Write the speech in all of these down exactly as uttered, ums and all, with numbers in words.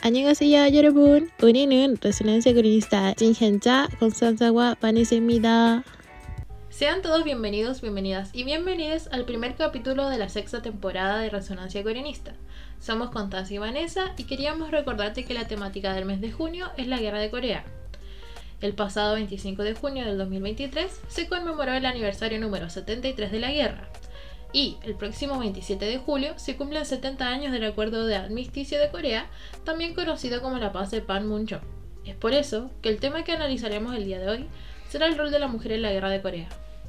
안녕하세요 여러분. 우리는 Resonancia Coreanista 진현자 constanzawa Vanessa입니다. Sean todos bienvenidos, bienvenidas y bienvenidos al primer capítulo de la sexta temporada de Resonancia Coreanista. Somos Constanza y Vanessa y queríamos recordarte que la temática del mes de junio es la Guerra de Corea. El pasado veinticinco de junio del dos mil veintitrés se conmemoró el aniversario número setenta y tres de la guerra. Y el próximo veintisiete de julio se cumplen setenta años del Acuerdo de Armisticio de Corea, también conocido como la Paz de Panmunjom. Es por eso que el tema que analizaremos el día de hoy será el rol de la mujer en la Guerra de Corea.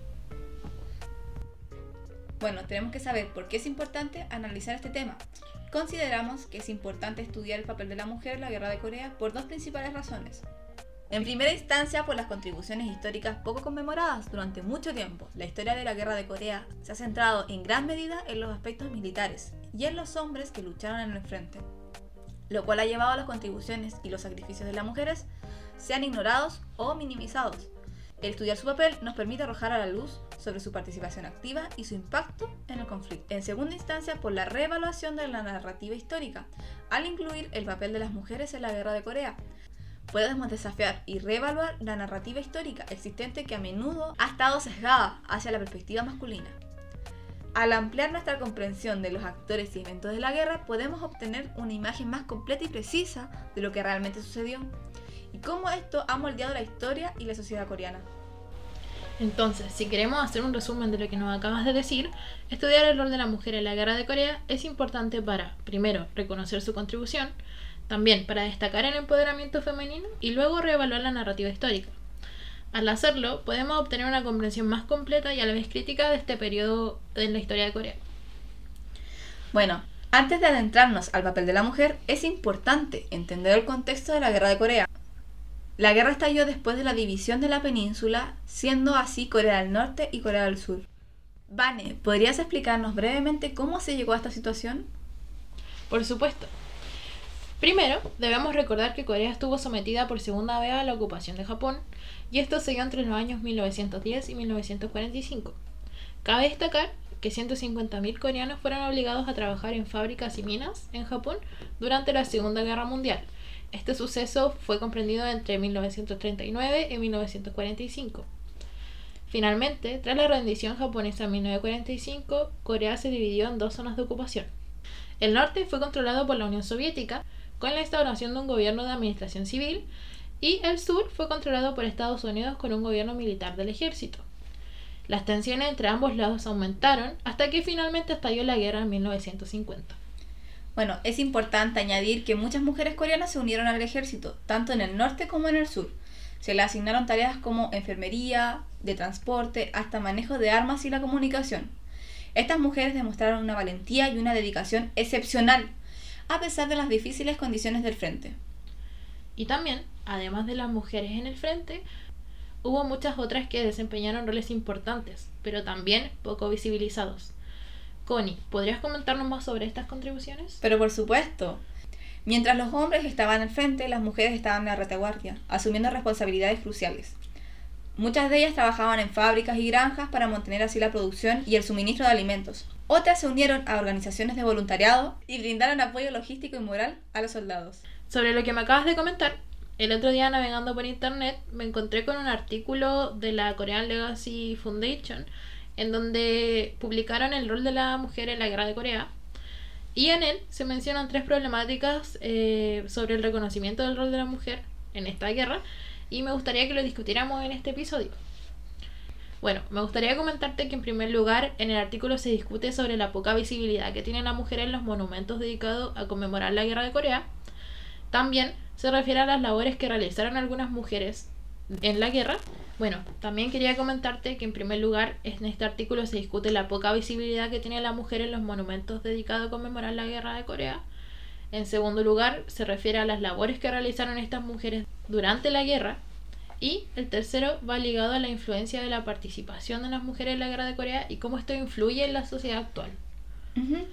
Bueno, tenemos que saber por qué es importante analizar este tema. Consideramos que es importante estudiar el papel de la mujer en la Guerra de Corea por dos principales razones. En primera instancia, por las contribuciones históricas poco conmemoradas durante mucho tiempo. La historia de la Guerra de Corea se ha centrado en gran medida en los aspectos militares y en los hombres que lucharon en el frente, lo cual ha llevado a las contribuciones y los sacrificios de las mujeres sean ignorados o minimizados. El estudiar su papel nos permite arrojar a la luz sobre su participación activa y su impacto en el conflicto. En segunda instancia, por la reevaluación de la narrativa histórica, al incluir el papel de las mujeres en la Guerra de Corea. Podemos desafiar y reevaluar la narrativa histórica existente que a menudo ha estado sesgada hacia la perspectiva masculina. Al ampliar nuestra comprensión de los actores y eventos de la guerra, podemos obtener una imagen más completa y precisa de lo que realmente sucedió y cómo esto ha moldeado la historia y la sociedad coreana. Entonces, si queremos hacer un resumen de lo que nos acabas de decir, estudiar el rol de la mujer en la Guerra de Corea es importante para, primero, reconocer su contribución, también para destacar el empoderamiento femenino y luego reevaluar la narrativa histórica. Al hacerlo, podemos obtener una comprensión más completa y a la vez crítica de este periodo en la historia de Corea. Bueno, antes de adentrarnos al papel de la mujer, es importante entender el contexto de la Guerra de Corea. La guerra estalló después de la división de la península, siendo así Corea del Norte y Corea del Sur. Vane, ¿podrías explicarnos brevemente cómo se llegó a esta situación? Por supuesto. Primero, debemos recordar que Corea estuvo sometida por segunda vez a la ocupación de Japón, y esto se dio entre los años mil novecientos diez y mil novecientos cuarenta y cinco. Cabe destacar que ciento cincuenta mil coreanos fueron obligados a trabajar en fábricas y minas en Japón durante la Segunda Guerra Mundial. Este suceso fue comprendido entre mil novecientos treinta y nueve y mil novecientos cuarenta y cinco. Finalmente, tras la rendición japonesa en mil novecientos cuarenta y cinco, Corea se dividió en dos zonas de ocupación. El norte fue controlado por la Unión Soviética, con la instauración de un gobierno de administración civil, y el sur fue controlado por Estados Unidos con un gobierno militar del ejército. Las tensiones entre ambos lados aumentaron hasta que finalmente estalló la guerra en mil novecientos cincuenta. Bueno, es importante añadir que muchas mujeres coreanas se unieron al ejército, tanto en el norte como en el sur. Se les asignaron tareas como enfermería, de transporte, hasta manejo de armas y la comunicación. Estas mujeres demostraron una valentía y una dedicación excepcional, a pesar de las difíciles condiciones del frente. Y también, además de las mujeres en el frente, hubo muchas otras que desempeñaron roles importantes, pero también poco visibilizados. Connie, ¿podrías comentarnos más sobre estas contribuciones? Pero por supuesto. Mientras los hombres estaban al frente, las mujeres estaban en la retaguardia, asumiendo responsabilidades cruciales. Muchas de ellas trabajaban en fábricas y granjas para mantener así la producción y el suministro de alimentos. Otras se unieron a organizaciones de voluntariado y brindaron apoyo logístico y moral a los soldados. Sobre lo que me acabas de comentar, el otro día navegando por internet me encontré con un artículo de la Korean Legacy Foundation en donde publicaron el rol de la mujer en la Guerra de Corea, y en él se mencionan tres problemáticas eh, sobre el reconocimiento del rol de la mujer en esta guerra, y me gustaría que lo discutiéramos en este episodio. Bueno, me gustaría comentarte que en primer lugar en el artículo se discute sobre la poca visibilidad que tiene la mujer en los monumentos dedicados a conmemorar la Guerra de Corea. También se refiere a las labores que realizaron algunas mujeres en la guerra. Bueno, también quería comentarte que en primer lugar en este artículo se discute la poca visibilidad que tiene la mujer en los monumentos dedicados a conmemorar la Guerra de Corea. En segundo lugar, se refiere a las labores que realizaron estas mujeres durante la guerra. Y el tercero va ligado a la influencia de la participación de las mujeres en la Guerra de Corea y cómo esto influye en la sociedad actual. Uh-huh.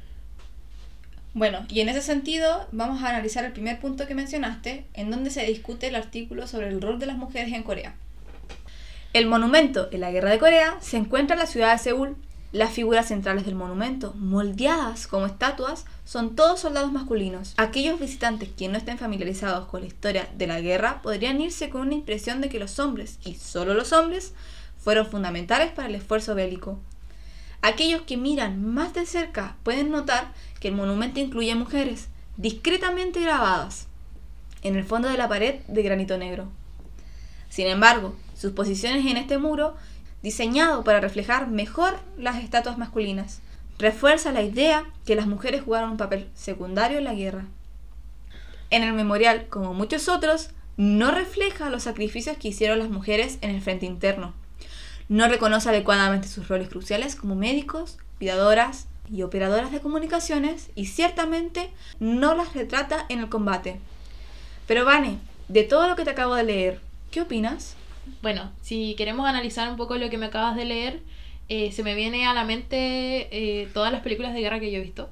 Bueno, y en ese sentido vamos a analizar el primer punto que mencionaste, en donde se discute el artículo sobre el rol de las mujeres en Corea. El monumento en la Guerra de Corea se encuentra en la ciudad de Seúl, Las figuras centrales del monumento, moldeadas como estatuas, son todos soldados masculinos. Aquellos visitantes que no estén familiarizados con la historia de la guerra podrían irse con una impresión de que los hombres, y solo los hombres, fueron fundamentales para el esfuerzo bélico. Aquellos que miran más de cerca pueden notar que el monumento incluye mujeres, discretamente grabadas, en el fondo de la pared de granito negro. Sin embargo, sus posiciones en este muro, diseñado para reflejar mejor las estatuas masculinas, refuerza la idea que las mujeres jugaron un papel secundario en la guerra. En el memorial, como muchos otros, no refleja los sacrificios que hicieron las mujeres en el frente interno. No reconoce adecuadamente sus roles cruciales como médicos, cuidadoras y operadoras de comunicaciones, y ciertamente no las retrata en el combate. Pero Vane, de todo lo que te acabo de leer, ¿qué opinas? Bueno, si queremos analizar un poco lo que me acabas de leer, eh, se me viene a la mente eh, todas las películas de guerra que yo he visto.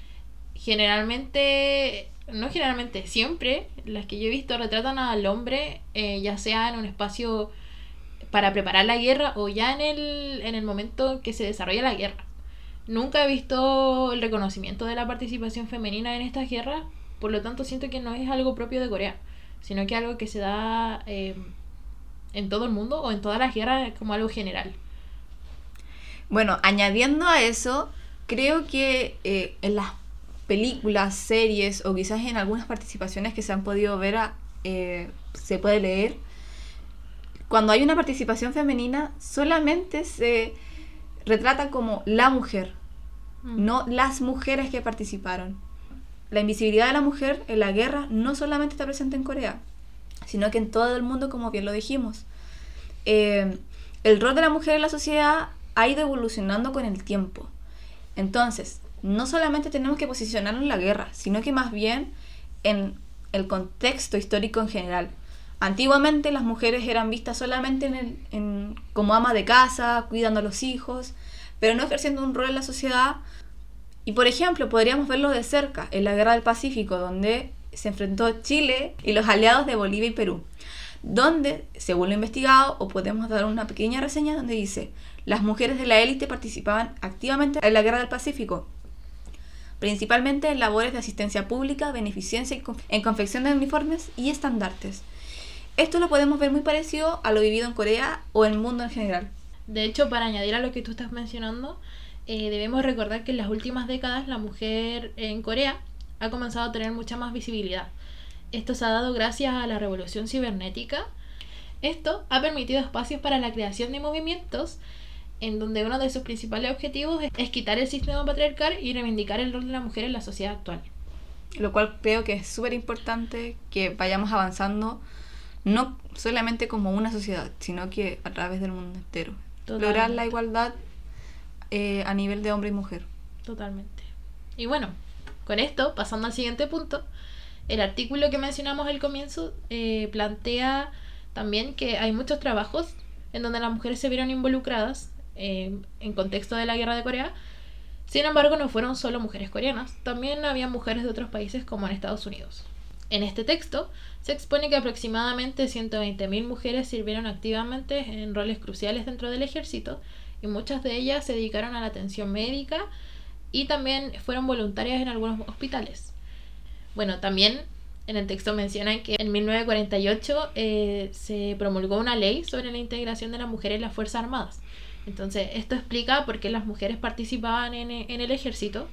Generalmente, no generalmente, siempre las que yo he visto retratan al hombre, eh, ya sea en un espacio para preparar la guerra o ya en el, en el momento que se desarrolla la guerra. Nunca he visto el reconocimiento de la participación femenina en estas guerras, por lo tanto siento que no es algo propio de Corea, sino que algo que se da eh, en todo el mundo o en todas las guerras como algo general. Bueno, añadiendo a eso, creo que eh, en las películas, series o quizás en algunas participaciones que se han podido ver, a, eh, se puede leer, cuando hay una participación femenina solamente se retrata como la mujer, mm. no las mujeres que participaron. La invisibilidad de la mujer en la guerra no solamente está presente en Corea, sino que en todo el mundo, como bien lo dijimos. Eh, el rol de la mujer en la sociedad ha ido evolucionando con el tiempo. Entonces, no solamente tenemos que posicionarnos en la guerra, sino que más bien en el contexto histórico en general. Antiguamente las mujeres eran vistas solamente en el, en, como ama de casa, cuidando a los hijos, pero no ejerciendo un rol en la sociedad. Y por ejemplo, podríamos verlo de cerca en la Guerra del Pacífico, donde se enfrentó Chile y los aliados de Bolivia y Perú, donde, según lo investigado, o podemos dar una pequeña reseña donde dice: las mujeres de la élite participaban activamente en la Guerra del Pacífico, principalmente en labores de asistencia pública, beneficencia y conf- en confección de uniformes y estandartes. Esto lo podemos ver muy parecido a lo vivido en Corea o en el mundo en general. De hecho, para añadir a lo que tú estás mencionando, eh, debemos recordar que en las últimas décadas la mujer en Corea ha comenzado a tener mucha más visibilidad. Esto se ha dado gracias a la revolución cibernética. Esto ha permitido espacios para la creación de movimientos en donde uno de sus principales objetivos es quitar el sistema patriarcal y reivindicar el rol de la mujer en la sociedad actual. Lo cual creo que es súper importante que vayamos avanzando, no solamente como una sociedad, sino que a través del mundo entero. Totalmente. Lograr la igualdad eh, a nivel de hombre y mujer. Totalmente. Y bueno, con esto, pasando al siguiente punto, el artículo que mencionamos al comienzo eh, plantea también que hay muchos trabajos en donde las mujeres se vieron involucradas eh, en contexto de la guerra de Corea. Sin embargo, no fueron solo mujeres coreanas, también había mujeres de otros países como en Estados Unidos. En este texto se expone que aproximadamente ciento veinte mil mujeres sirvieron activamente en roles cruciales dentro del ejército y muchas de ellas se dedicaron a la atención médica y también fueron voluntarias en algunos hospitales. Bueno, también en el texto mencionan que en mil novecientos cuarenta y ocho eh, se promulgó una ley sobre la integración de las mujeres en las Fuerzas Armadas. Entonces, esto explica por qué las mujeres participaban en, en el ejército.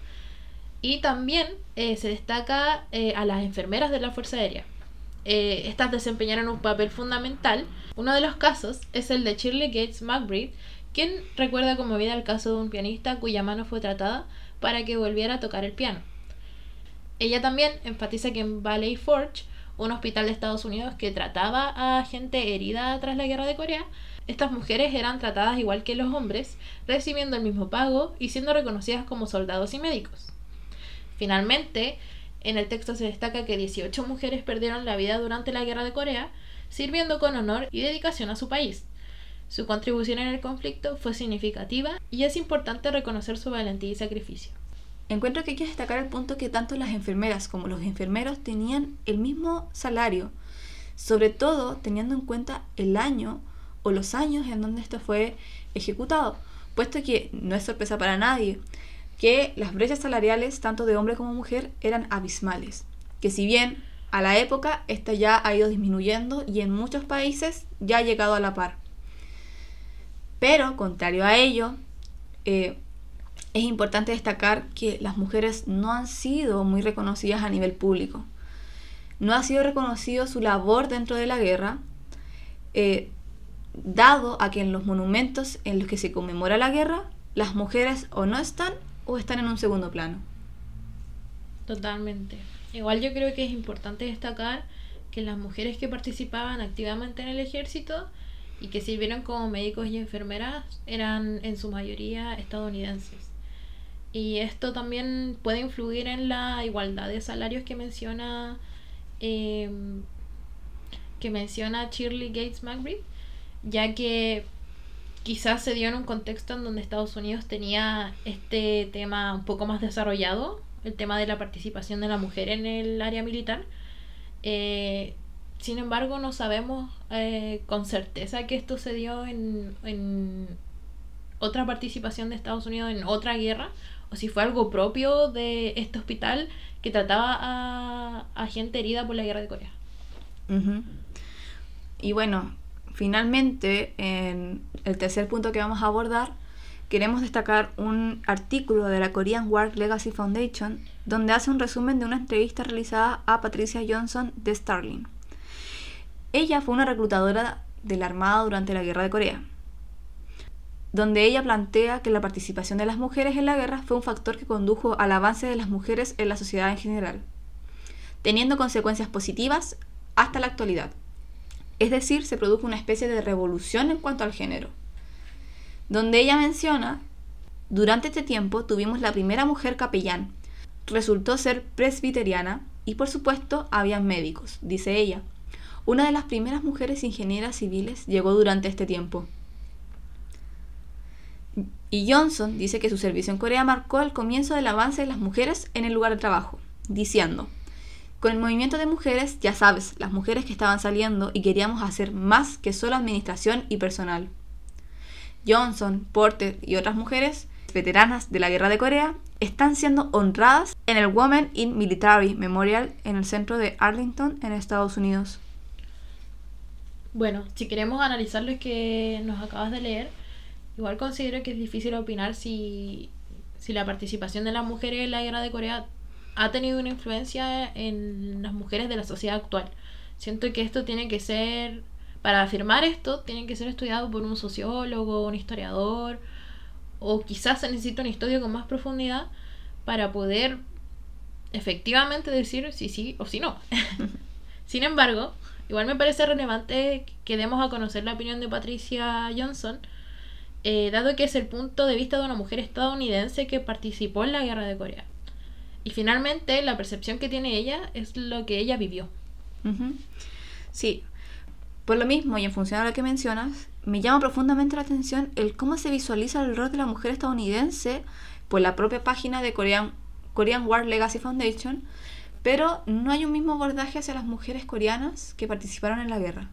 Y también eh, se destaca eh, a las enfermeras de la Fuerza Aérea. Eh, estas desempeñaron un papel fundamental. Uno de los casos es el de Shirley Gates McBride, quien recuerda como vida el caso de un pianista cuya mano fue tratada para que volviera a tocar el piano. Ella también enfatiza que en Valley Forge, un hospital de Estados Unidos que trataba a gente herida tras la guerra de Corea, estas mujeres eran tratadas igual que los hombres, recibiendo el mismo pago y siendo reconocidas como soldados y médicos. Finalmente, en el texto se destaca que dieciocho mujeres perdieron la vida durante la guerra de Corea, sirviendo con honor y dedicación a su país. Su contribución en el conflicto fue significativa y es importante reconocer su valentía y sacrificio. Encuentro que hay que destacar el punto que tanto las enfermeras como los enfermeros tenían el mismo salario, sobre todo teniendo en cuenta el año o los años en donde esto fue ejecutado, supuesto que no es sorpresa para nadie que las brechas salariales, tanto de hombre como mujer, eran abismales. Que si bien a la época esta ya ha ido disminuyendo y en muchos países ya ha llegado a la par. Pero, contrario a ello, eh, es importante destacar que las mujeres no han sido muy reconocidas a nivel público. No ha sido reconocido su labor dentro de la guerra, eh, dado a que en los monumentos en los que se conmemora la guerra, las mujeres o no están o están en un segundo plano. Totalmente. Igual yo creo que es importante destacar que las mujeres que participaban activamente en el ejército y que sirvieron como médicos y enfermeras eran en su mayoría estadounidenses. Y esto también puede influir en la igualdad de salarios que menciona eh, que menciona Shirley Gates McBride, ya que quizás se dio en un contexto en donde Estados Unidos tenía este tema un poco más desarrollado, el tema de la participación de la mujer en el área militar. Eh, sin embargo, no sabemos eh, con certeza que esto se dio en, en otra participación de Estados Unidos en otra guerra, o si fue algo propio de este hospital que trataba a, a gente herida por la guerra de Corea. Uh-huh. Y bueno, finalmente, en el tercer punto que vamos a abordar, queremos destacar un artículo de la Korean War Legacy Foundation, donde hace un resumen de una entrevista realizada a Patricia Johnson de Starling. Ella fue una reclutadora de la Armada durante la Guerra de Corea, donde ella plantea que la participación de las mujeres en la guerra fue un factor que condujo al avance de las mujeres en la sociedad en general, teniendo consecuencias positivas hasta la actualidad. Es decir, se produjo una especie de revolución en cuanto al género, donde ella menciona: durante este tiempo tuvimos la primera mujer capellán, resultó ser presbiteriana y por supuesto había médicos, dice ella. Una de las primeras mujeres ingenieras civiles llegó durante este tiempo. Y Johnson dice que su servicio en Corea marcó el comienzo del avance de las mujeres en el lugar de trabajo, diciendo: con el movimiento de mujeres, ya sabes, las mujeres que estaban saliendo y queríamos hacer más que solo administración y personal. Johnson, Porter y otras mujeres veteranas de la Guerra de Corea están siendo honradas en el Women in Military Memorial en el centro de Arlington, en Estados Unidos. Bueno, si queremos analizar lo que nos acabas de leer, igual considero que es difícil opinar si, si la participación de las mujeres en la Guerra de Corea ha tenido una influencia en las mujeres de la sociedad actual. Siento que esto tiene que ser, para afirmar esto, tiene que ser estudiado por un sociólogo, un historiador, o quizás se necesita un estudio con más profundidad para poder efectivamente decir si sí o si no. Sin embargo, igual me parece relevante que demos a conocer la opinión de Patricia Johnson, eh, dado que es el punto de vista de una mujer estadounidense que participó en la Guerra de Corea. Y finalmente, la percepción que tiene ella es lo que ella vivió. Uh-huh. Sí, por lo mismo y en función a lo que mencionas, me llama profundamente la atención el cómo se visualiza el rol de la mujer estadounidense por la propia página de Korean, Korean War Legacy Foundation, pero no hay un mismo abordaje hacia las mujeres coreanas que participaron en la guerra.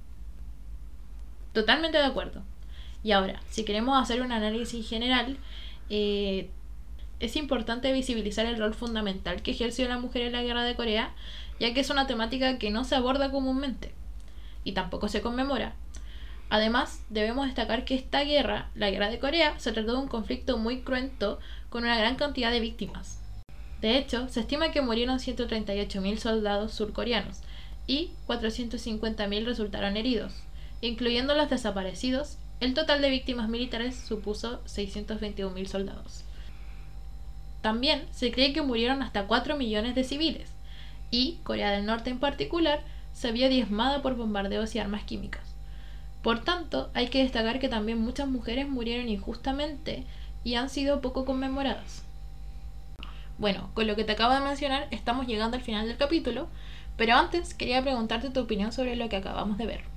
Totalmente de acuerdo. Y ahora, si queremos hacer un análisis general, eh, es importante visibilizar el rol fundamental que ejerció la mujer en la Guerra de Corea, ya que es una temática que no se aborda comúnmente y tampoco se conmemora. Además, debemos destacar que esta guerra, la Guerra de Corea, se trató de un conflicto muy cruento con una gran cantidad de víctimas. De hecho, se estima que murieron ciento treinta y ocho mil soldados surcoreanos y cuatrocientos cincuenta mil resultaron heridos. Incluyendo los desaparecidos, el total de víctimas militares supuso seiscientos veintiún mil soldados. También se cree que murieron hasta cuatro millones de civiles, y Corea del Norte en particular se vio diezmada por bombardeos y armas químicas. Por tanto, hay que destacar que también muchas mujeres murieron injustamente y han sido poco conmemoradas. Bueno, con lo que te acabo de mencionar, estamos llegando al final del capítulo, pero antes quería preguntarte tu opinión sobre lo que acabamos de ver.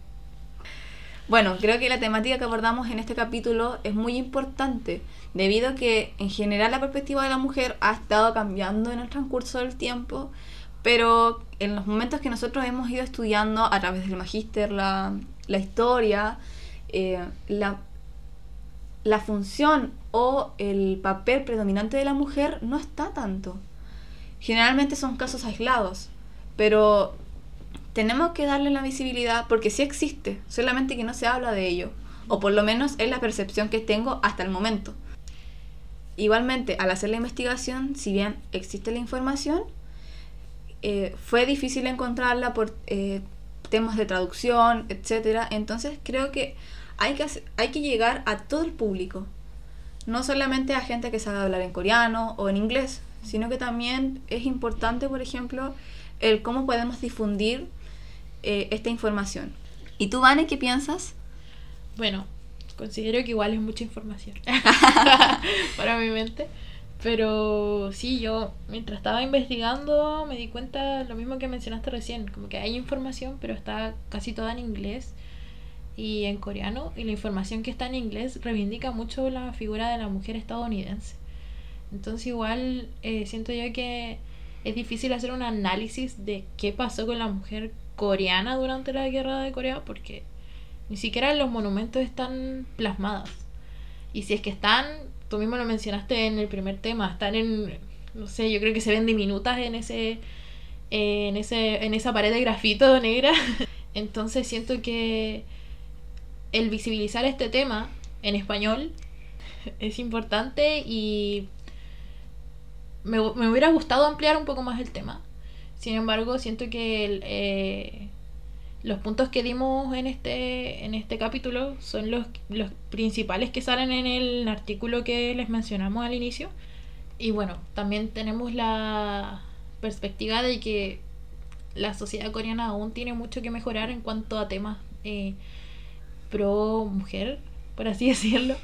Bueno, creo que la temática que abordamos en este capítulo es muy importante, debido a que en general la perspectiva de la mujer ha estado cambiando en el transcurso del tiempo, pero en los momentos que nosotros hemos ido estudiando a través del magíster, la, la historia, eh, la, la función o el papel predominante de la mujer no está tanto. Generalmente son casos aislados, pero tenemos que darle la visibilidad porque sí existe, solamente que no se habla de ello, o por lo menos es la percepción que tengo hasta el momento. Igualmente, al hacer la investigación, si bien existe la información, eh, fue difícil encontrarla por eh, temas de traducción, etcétera. Entonces creo que hay que, hacer, hay que llegar a todo el público, no solamente a gente que sabe hablar en coreano o en inglés, sino que también es importante, por ejemplo, el cómo podemos difundir eh, esta información. ¿Y tú, Vane, qué piensas? Bueno, considero que igual es mucha información para mi mente. Pero sí, yo mientras estaba investigando me di cuenta lo mismo que mencionaste recién, como que hay información, pero está casi toda en inglés y en coreano, y la información que está en inglés reivindica mucho la figura de la mujer estadounidense. Entonces igual eh, siento yo que es difícil hacer un análisis de qué pasó con la mujer coreana durante la guerra de Corea, porque ni siquiera los monumentos están plasmados. Y si es que están, tú mismo lo mencionaste en el primer tema, están en, no sé, yo creo que se ven diminutas en ese, eh, en ese, en esa pared de grafito negra. Entonces siento que el visibilizar este tema en español es importante, y me, me hubiera gustado ampliar un poco más el tema. Sin embargo, siento que el, eh, los puntos que dimos en este, en este capítulo son los, los principales que salen en el artículo que les mencionamos al inicio. Y bueno, también tenemos la perspectiva de que la sociedad coreana aún tiene mucho que mejorar en cuanto a temas eh, pro mujer, por así decirlo,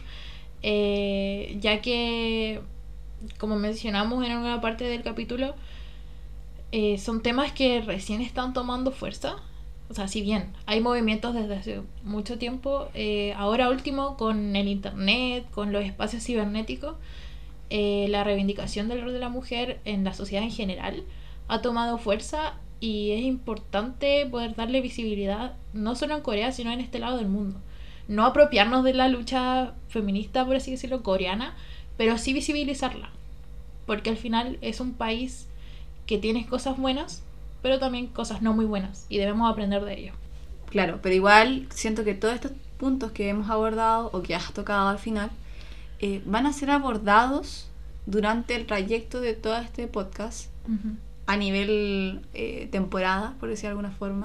eh, ya que, como mencionamos en una parte del capítulo, eh, son temas que recién están tomando fuerza. O sea, si bien hay movimientos desde hace mucho tiempo, eh, ahora último con el internet, con los espacios cibernéticos, eh, la reivindicación del rol de la mujer en la sociedad en general ha tomado fuerza, y es importante poder darle visibilidad no solo en Corea, sino en este lado del mundo. No apropiarnos de la lucha feminista, por así decirlo, coreana, pero sí visibilizarla, porque al final es un país que tiene cosas buenas, pero también cosas no muy buenas, y debemos aprender de ello. Claro, pero igual siento que todos estos puntos que hemos abordado o que has tocado al final eh, van a ser abordados durante el trayecto de todo este podcast, uh-huh, a nivel eh, temporada, por decir de alguna forma.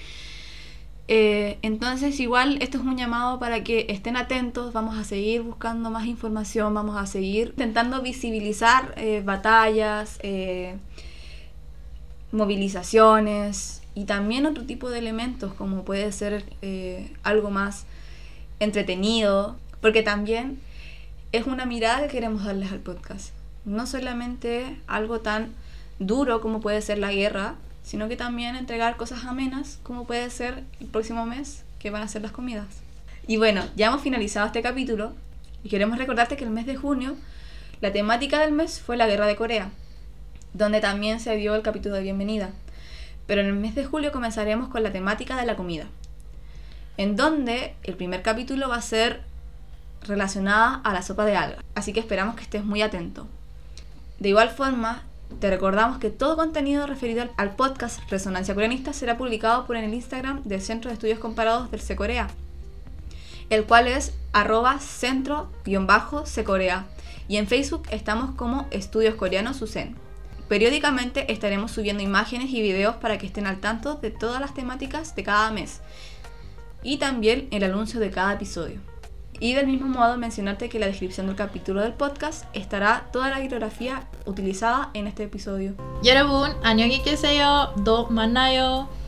Eh, entonces igual esto es un llamado para que estén atentos. Vamos a seguir buscando más información, vamos a seguir intentando visibilizar eh, batallas, eh, movilizaciones y también otro tipo de elementos, como puede ser eh, algo más entretenido, porque también es una mirada que queremos darles al podcast, no solamente algo tan duro como puede ser la guerra, sino que también entregar cosas amenas como puede ser el próximo mes, que van a ser las comidas. Y bueno, ya hemos finalizado este capítulo y queremos recordarte que el mes de junio la temática del mes fue la guerra de Corea, donde también se dio el capítulo de bienvenida. Pero en el mes de julio comenzaremos con la temática de la comida, en donde el primer capítulo va a ser relacionada a la sopa de algas, así que esperamos que estés muy atento. De igual forma, te recordamos que todo contenido referido al podcast Resonancia Coreanista será publicado por el Instagram del Centro de Estudios Comparados del Secorea, el cual es arroba centro-secorea, y en Facebook estamos como Estudios Coreanos U S E N. Periódicamente estaremos subiendo imágenes y videos para que estén al tanto de todas las temáticas de cada mes, y también el anuncio de cada episodio. Y del mismo modo mencionarte que en la descripción del capítulo del podcast estará toda la bibliografía utilizada en este episodio. 여러분, 안녕히 계세요. 또 만나요.